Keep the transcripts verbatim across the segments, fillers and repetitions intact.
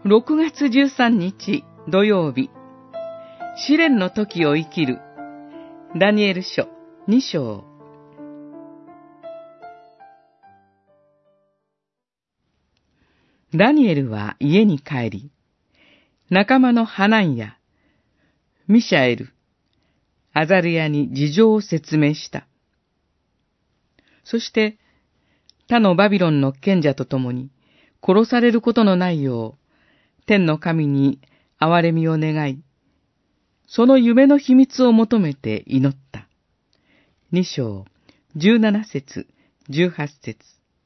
ろくがつじゅうさんにち土曜日、試練の時を生きるダニエル書に章。ダニエルは家に帰り、仲間のハナンやミシャエル、アザルヤに事情を説明した。そして、他のバビロンの賢者と共に殺されることのないよう、天の神に憐れみを願い、その夢の秘密を求めて祈った。に章、じゅうなな節、じゅうはち節。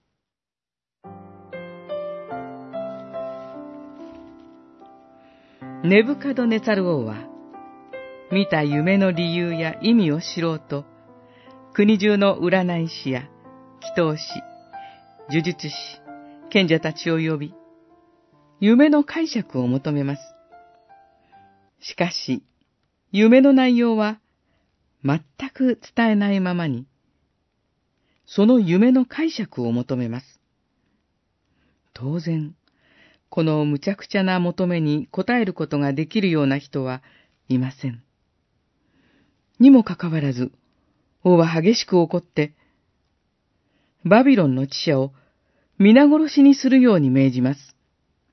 ネブカドネツァル王は、見た夢の理由や意味を知ろうと、国中の占い師や祈祷師、呪術師、賢者たちを呼び、夢の解釈を求めます。しかし、夢の内容は全く伝えないままに、その夢の解釈を求めます。当然、この無茶苦茶な求めに応えることができるような人はいません。にもかかわらず、王は激しく怒って、バビロンの知者を皆殺しにするように命じます。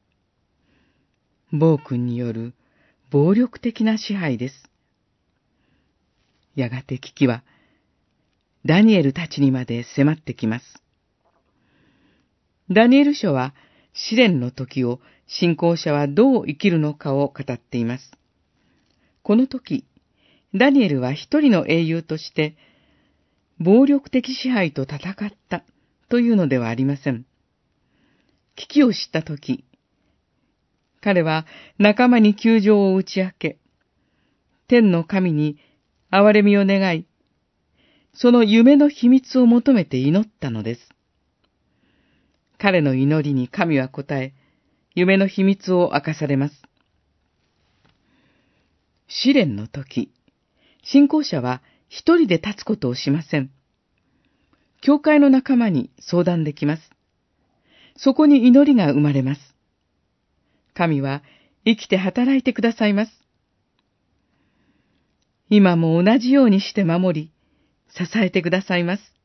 暴君による暴力的な支配です。やがて危機は、ダニエルたちにまで迫ってきます。ダニエル書は、試練の時を信仰者はどう生きるのかを語っています。この時、ダニエルは一人の英雄として、暴力的支配と戦ったというのではありません。危機を知った時、彼は仲間に窮状を打ち明け、天の神に憐れみを願い、その夢の秘密を求めて祈ったのです。彼の祈りに神は答え、夢の秘密を明かされます。試練の時、信仰者は一人で立つことをしません。教会の仲間に相談できます。そこに祈りが生まれます。神は生きて働いてくださいます。今も同じようにして守り、支えてくださいます。